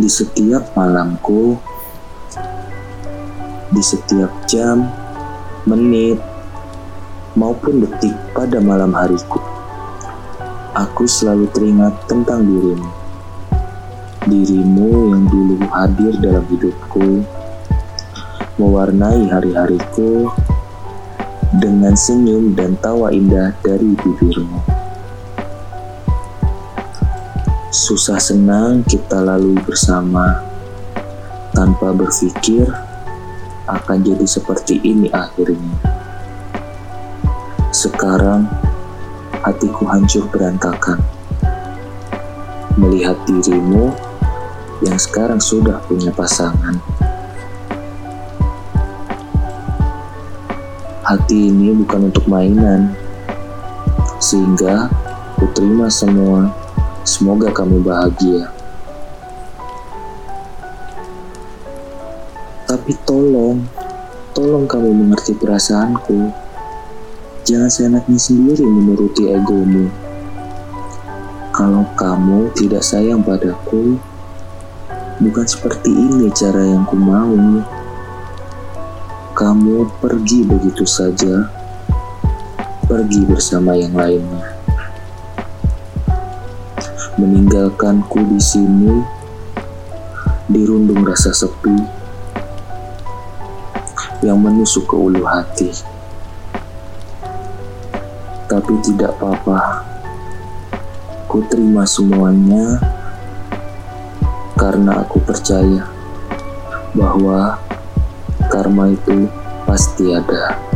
Di setiap malamku, di setiap jam, menit, maupun detik pada malam hariku, aku selalu teringat tentang dirimu. Dirimu yang dulu hadir dalam hidupku, mewarnai hari-hariku dengan senyum dan tawa indah dari bibirmu. Susah senang kita lalui bersama, tanpa berpikir akan jadi seperti ini akhirnya. Sekarang hatiku hancur berantakan melihat dirimu yang sekarang sudah punya pasangan. Hati ini bukan untuk mainan, sehingga ku terima semua. Semoga kamu bahagia. Tapi tolong kamu mengerti perasaanku. Jangan seenaknya sendiri menuruti egomu. Kalau kamu tidak sayang padaku, bukan seperti ini cara yang ku mau. Kamu pergi begitu saja, pergi bersama yang lainnya, meninggalkanku di sini, dirundung rasa sepi yang menusuk ke ulu hati. Tapi tidak apa-apa, ku terima semuanya karena aku percaya bahwa karma itu pasti ada.